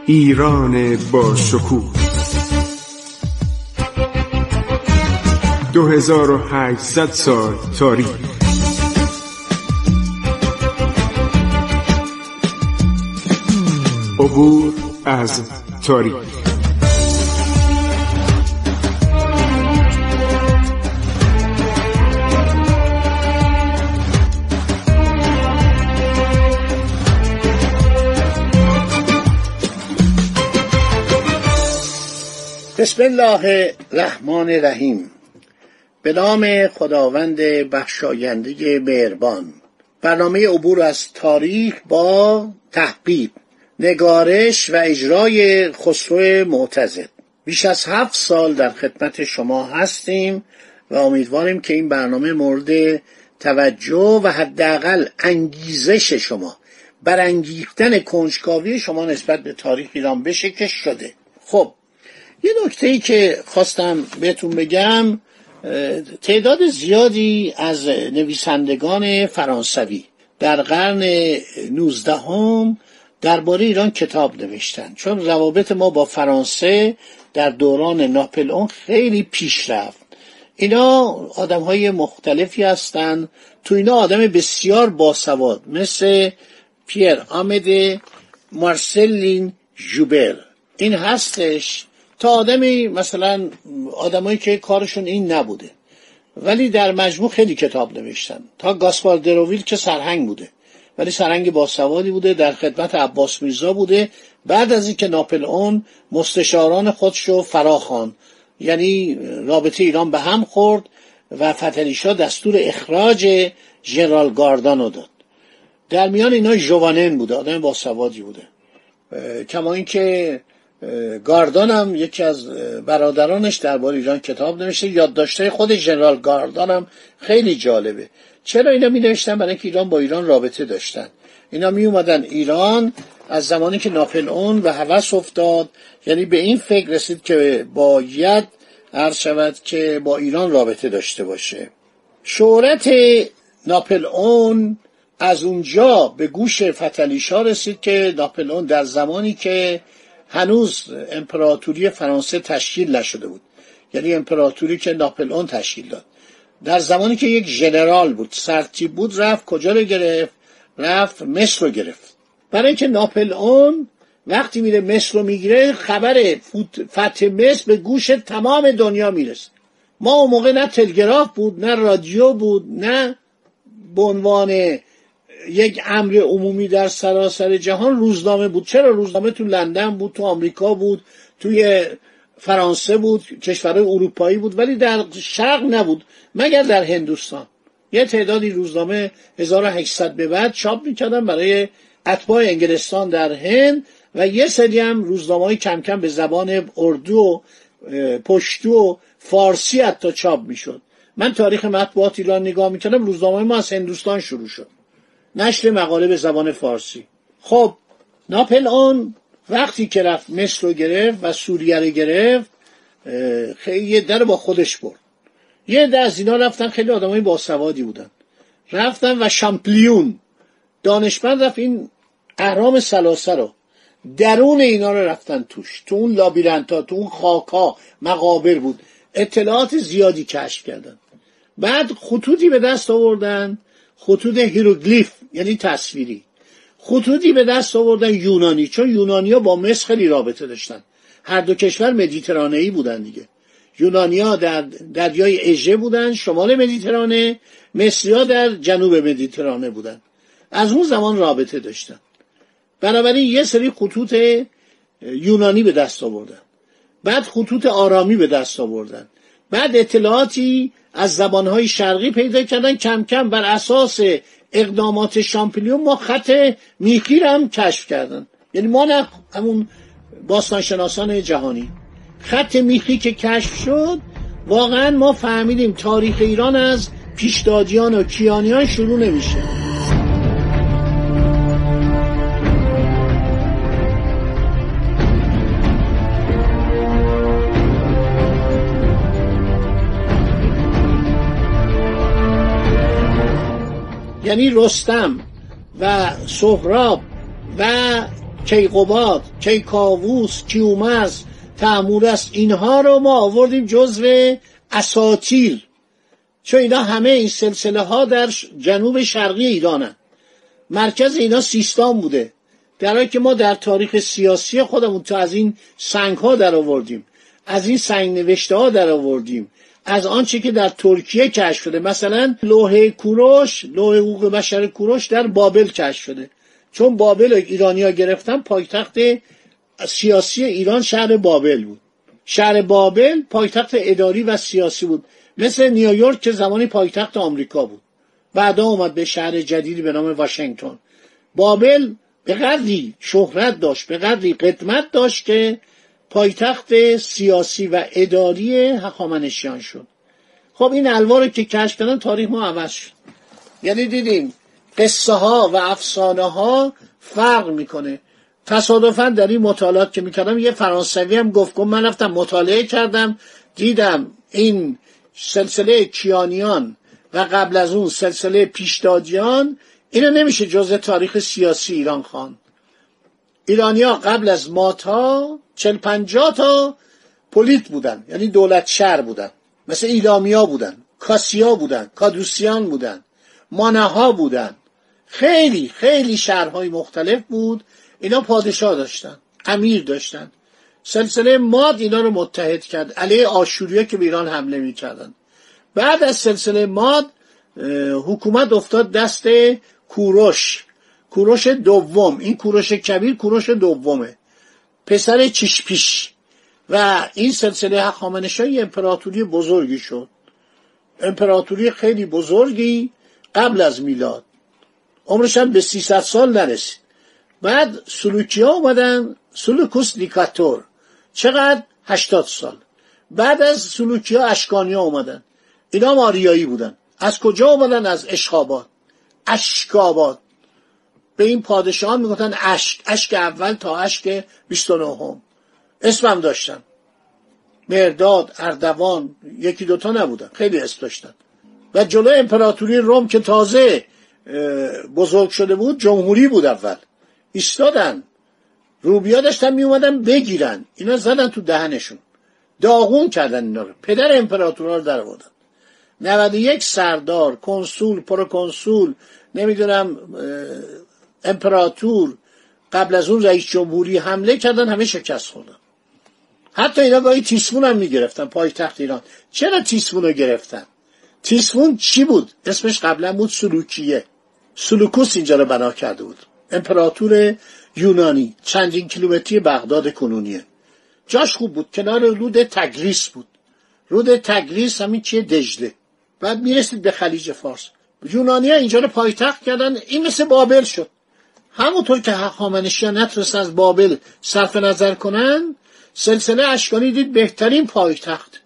ایران با شکوه 2800 سال تاریخ. عبور از تاریخ. بسم الله الرحمن الرحیم. به نام خداوند بخشاینده مهربان. برنامه عبور از تاریخ با تحقیق، نگارش و اجرای خسرو معتضد. بیش از 7 سال در خدمت شما هستیم و امیدواریم که این برنامه مورد توجه و حداقل انگیزش شما، برانگیختن کنجکاوی شما نسبت به تاریخ ایران بشه که شده. خب یه نکته‌ای که خواستم بهتون بگم، تعداد زیادی از نویسندگان فرانسوی در قرن 19 درباره ایران کتاب نوشتن، چون روابط ما با فرانسه در دوران ناپلئون خیلی پیش رفت. اینا آدم‌های مختلفی هستن، تو اینا آدم بسیار باسواد مثل پیر آمده مارسلین ژوبر این هستش، تا آدمی مثلا آدمایی که کارشون این نبوده ولی در مجموع خیلی کتاب نوشتن، تا گاسپار دروویل که سرهنگ بوده ولی سرهنگ باسوادی بوده، در خدمت عباس میرزا بوده. بعد از اینکه ناپلئون مستشاران خودشو فراخواند، یعنی رابطه ایران به هم خورد و فتحعلی شاه دستور اخراج ژنرال گاردان رو داد. در میان اینا ژوانن بوده، آدم باسوادی بوده. کما اینکه گاردان هم یکی از برادرانش درباره ایران کتاب نوشته. یادداشت‌های خود ژنرال گاردان هم خیلی جالبه. چرا اینا می نوشتن؟ برای اینکه ایران با ایران رابطه داشتن. اینا می اومدن ایران از زمانی که ناپلئون به هوس افتاد، یعنی به این فکر رسید که باید عرض شود که با ایران رابطه داشته باشه. شهرت ناپلئون از اونجا به گوش فتحعلی شاه رسید که ناپلئون در زمانی که هنوز امپراتوری فرانسه تشکیل نشده بود، یعنی امپراتوری که ناپلئون تشکیل داد، در زمانی که یک ژنرال بود، سرتیپ بود، رفت کجا رو گرفت؟ رفت مصر رو گرفت. برای اینکه ناپلئون وقتی میره مصر رو میگیره، خبر فتح مصر به گوش تمام دنیا میرسه. ما اون موقع نه تلگراف بود، نه رادیو بود، نه به عنوان یک امر عمومی در سراسر جهان روزنامه بود. چرا؟ روزنامه تو لندن بود، تو آمریکا بود، توی فرانسه بود، کشورهای اروپایی بود، ولی در شرق نبود مگر در هندوستان. یه تعدادی روزنامه 1800 به بعد چاپ میکردن برای اتباع انگلستان در هند و یه سری هم روزنامه‌های کم کم به زبان اردو و پشتو و فارسی حتی چاپ میشد. من تاریخ مطبوعات ایران نگاه میکردم، روزنامه ما از هندوستان شروع شد، نشر مقاله به زبان فارسی. خب ناپلئون وقتی که رفت مصر رو گرفت و سوریه رو گرفت، خیلی در با خودش برد. یه عده از اینا رفتن، خیلی آدمای باسوادی بودن، رفتن و شامپلیون دانشمند رفت این اهرام ثلاثه رو، درون اینا رو رفتن توش، تو اون لابیرنتا، تو اون خاکا مقابر بود، اطلاعات زیادی کشف کردن. بعد خطوطی به دست آوردن، خطوط هیروگلیف یعنی تصویری، خطوطی به دست آوردن یونانی، چون یونانیا با مصر خیلی رابطه داشتن، هر دو کشور مدیترانه‌ای بودن دیگه. یونانیا در دریای اژه بودن، شمال مدیترانه، مصری‌ها در جنوب مدیترانه بودن، از اون زمان رابطه داشتن. بنابراین یه سری خطوط یونانی به دست آوردن، بعد خطوط آرامی به دست آوردن، بعد اطلاعاتی از زبانهای شرقی پیدا کردن. کم کم بر اساس اقدامات شامپلیون ما خط میخی هم کشف کردن، یعنی ما نه همون باستانشناسان جهانی، خط میخی که کشف شد، واقعا ما فهمیدیم تاریخ ایران از پیشدادیان و کیانیان شروع نمیشه. یعنی رستم و سهراب و کیقباد، کیکاووس، کیومرث، طهمورث، اینها رو ما آوردیم جزو اساطیر، چون اینا همه این سلسله ها در جنوب شرقی ایرانن. مرکز اینا سیستان بوده، در حالی که ما در تاریخ سیاسی خودمون تو از این سنگ ها در آوردیم، از این سنگ نوشته ها در آوردیم، از آنچه که در ترکیه کشف شده. مثلا لوح کوروش، لوح حقوق بشر کوروش در بابل کشف شده، چون بابل ایرانی‌ها گرفتن، پایتخت سیاسی ایران شهر بابل بود. شهر بابل پایتخت اداری و سیاسی بود، مثل نیویورک که زمانی پایتخت آمریکا بود، بعدا اومد به شهر جدیدی به نام واشنگتن. بابل به قدری شهرت داشت، به قدری قدمت داشت که پایتخت سیاسی و اداری هخامنشیان شد. خب این الوار که کشف کردن، تاریخ ما عوض شد. یعنی دیدیم قصه ها و افسانه ها فرق میکنه. تصادفاً در این مطالعات که میکردم یه فرانسوی هم گفت من رفتم مطالعه کردم، دیدم این سلسله کیانیان و قبل از اون سلسله پیشدادیان، اینو نمیشه جزء تاریخ سیاسی ایران خواند. ایرانی‌ها قبل از ماتا 40-50 تا پلیت بودن، یعنی دولت شهر بودن، مثل ایلامیا بودن، کاسیا بودن، کادوسیان بودن، مانها بودن، خیلی خیلی شهرهای مختلف بود. اینا پادشاه داشتن، امیر داشتن. سلسله ماد اینا رو متحد کرد علیه آشوریا که به ایران حمله می‌کردن. بعد از سلسله ماد حکومت افتاد دست کوروش دوم. این کوروش کبیر کوروش دومه، پسر چیشپیش. و این سلسله هخامنشیان امپراتوری بزرگی شد، امپراتوری خیلی بزرگی قبل از میلاد، عمرش هم به 300 سال نرسید. بعد سلوکی‌ها اومدن، سلوکوس دیکاتور، چقدر؟ 80 سال. بعد از سلوکی‌ها اشکانی‌ها اومدن، اینا هم آریایی بودن. از کجا اومدن؟ از اشکاباد. به این پادشاهان میگفتن اشک اول تا اشک 29. اسمم داشتن، مرداد، اردوان، یکی دوتا نبودن، خیلی اسم داشتن. و جلو امپراتوری روم که تازه بزرگ شده بود، جمهوری بود، اول ایستادن، روبیا داشتن می اومدن بگیرن، اینا زدن تو دهنشون، داغون کردن اینا رو، پدر امپراتورها رو در آوردن. 91 سردار، کنسول، پروکنسول، نمیدونم امپراتور، قبل از اون رئیس جمهوری حمله کردن، همه شکست خوردن. حتی اینا گاهی تیسفون هم میگرفتن پایتخت ایران. چرا تیسفون رو گرفتن؟ تیسفون چی بود؟ اسمش قبلا بود سلوکیه. سلوکوس اینجا رو بنا کرده بود، امپراتور یونانی، چندین کیلومتری بغداد کنونیه. جاش خوب بود، کنار رود تگریس بود. رود تگریس همین چیه؟ دجله. بعد میرسید به خلیج فارس. یونانی ها اینجا رو پایتخت کردن، این مثل بابل شد. همونطور که هخامنشیان نتونستن از بابل صرف نظر کنن، سلسله اشکانی دید بهترین پایتخت.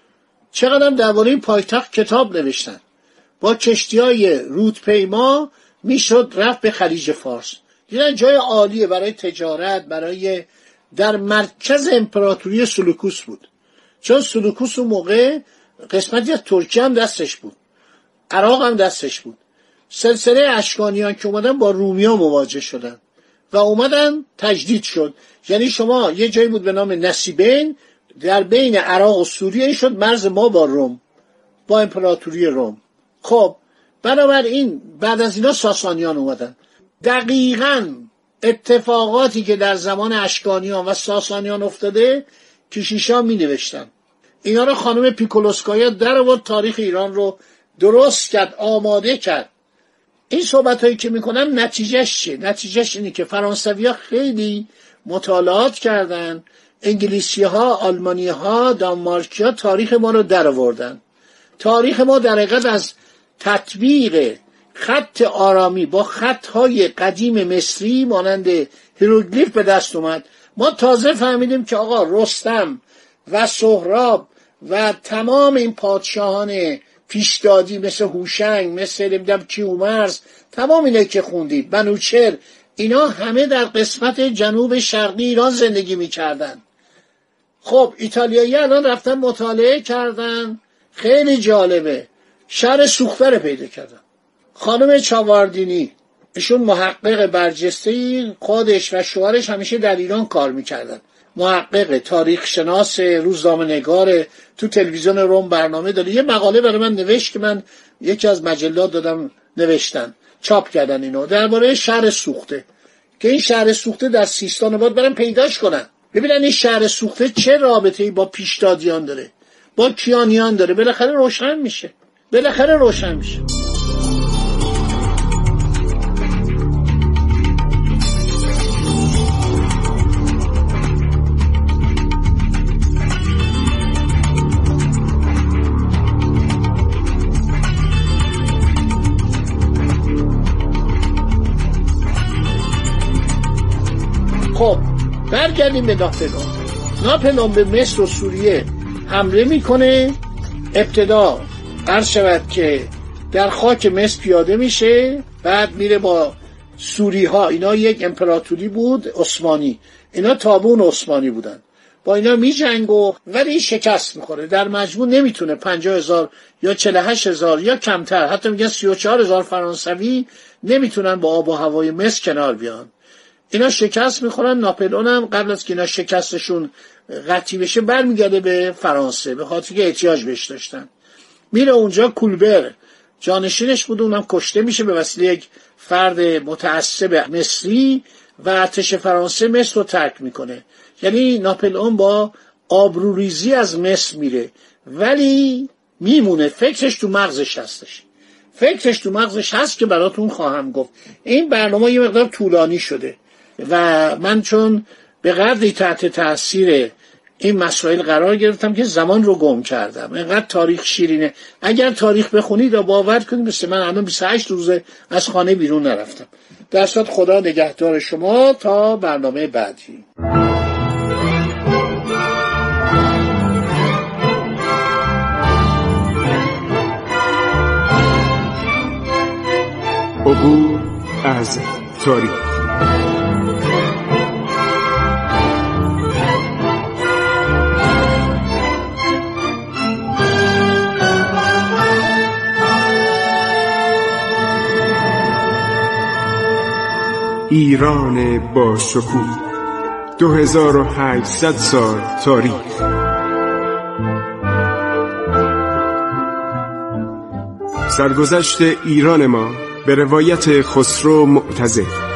چقدر درباره این پایتخت کتاب نوشتن. با کشتی‌های رودپیما میشد رفت به خلیج فارس. دیدن جای عالیه برای تجارت، برای در مرکز امپراتوری سلوکوس بود. چون سلوکوس اون موقع قسمتی از ترکیه هم دستش بود، عراق هم دستش بود. سلسله اشکانیان که اومدن با رومیان مواجه شدن و اومدن تجدید شد. یعنی شما یه جایی بود به نام نسیبین، در بین عراق و سوریه شد مرز ما با روم، با امپراتوری روم. خب بنابراین بعد از اینا ساسانیان اومدن. دقیقاً اتفاقاتی که در زمان اشکانیان و ساسانیان افتاده کشیشا می نوشتن. اینا رو خانم پیکولوسکایا در آورد، تاریخ ایران رو درست کرد، آماده کرد. این صحبتایی که میکنم نتیجهش چیه؟ نتیجهش اینه که فرانسوی‌ها خیلی مطالعات کردن، انگلیسی‌ها، آلمانی‌ها، دانمارکی‌ها تاریخ ما رو در آوردن. تاریخ ما در حقیقت از تطبیق خط آرامی با خطهای قدیم مصری مانند هیروگلیف به دست اومد. ما تازه فهمیدیم که آقا رستم و سهراب و تمام این پادشاهان پیشدادی مثل هوشنگ، مثل کیومرث، تمام اینه که خوندید، منوچهر، اینا همه در قسمت جنوب شرقی ایران زندگی میکردن. خب ایتالیایی الان رفتن مطالعه کردن، خیلی جالبه، شهر سوخته رو پیدا کردن. خانم چاواردینی ایشون محقق برجسته‌ای، خودش و شوهرش همیشه در ایران کار میکردن. محقق، تاریخ شناس، روزنامه‌نگار، تو تلویزیون روم برنامه داره. یه مقاله برای من نوشت که من یکی از مجلات دادم نوشتن، چاپ کردن اینو، درباره شهر سوخته، که این شهر سوخته در سیستان باید برن پیداش کنن، ببینن این شهر سوخته چه رابطه‌ای با پیشدادیان داره، با کیانیان داره. بالاخره روشن میشه. خب برگردیم به ناپلئون به مصر و سوریه حمله میکنه. ابتدا عرض شود که در خاک مصر پیاده میشه، بعد میره با سوری ها، اینا یک امپراتوری بود عثمانی، اینا تابون عثمانی بودن، با اینا میجنگه ولی شکست میخوره. در مجموع نمیتونه 50,000 یا 48,000 یا کمتر، حتی میگن 34,000 فرانسوی نمیتونن با آب و هوای مصر کنار بیان. اینا شکست میخورن. ناپلئون هم قبل از که اینا شکستشون قطعی بشه برمیگرده به فرانسه، به خاطر که احتیاج بهش داشتن. میره اونجا، کولبر جانشینش بود، اونم کشته میشه به وسیله یک فرد متعصب مصری و ارتش فرانسه مصر رو ترک میکنه. یعنی ناپلئون با آبروریزی از مصر میره، ولی میمونه، فکرش تو مغزش هست که براتون خواهم گفت. این برنامه یه مقدار طولانی شده و من چون به قدری تحت تاثیر این مسائل قرار گرفتم که زمان رو گم کردم. اینقدر تاریخ شیرینه. اگر تاریخ بخونید و باور کنید مثل من الان 28 روزه از خانه بیرون نرفتم. در صورت خدا نگهدار شما تا برنامه بعدی. عبور از تاریخ. ایران با شکوه، 2800 سال تاریخ. سرگذشت ایران ما به روایت خسرو معتضد.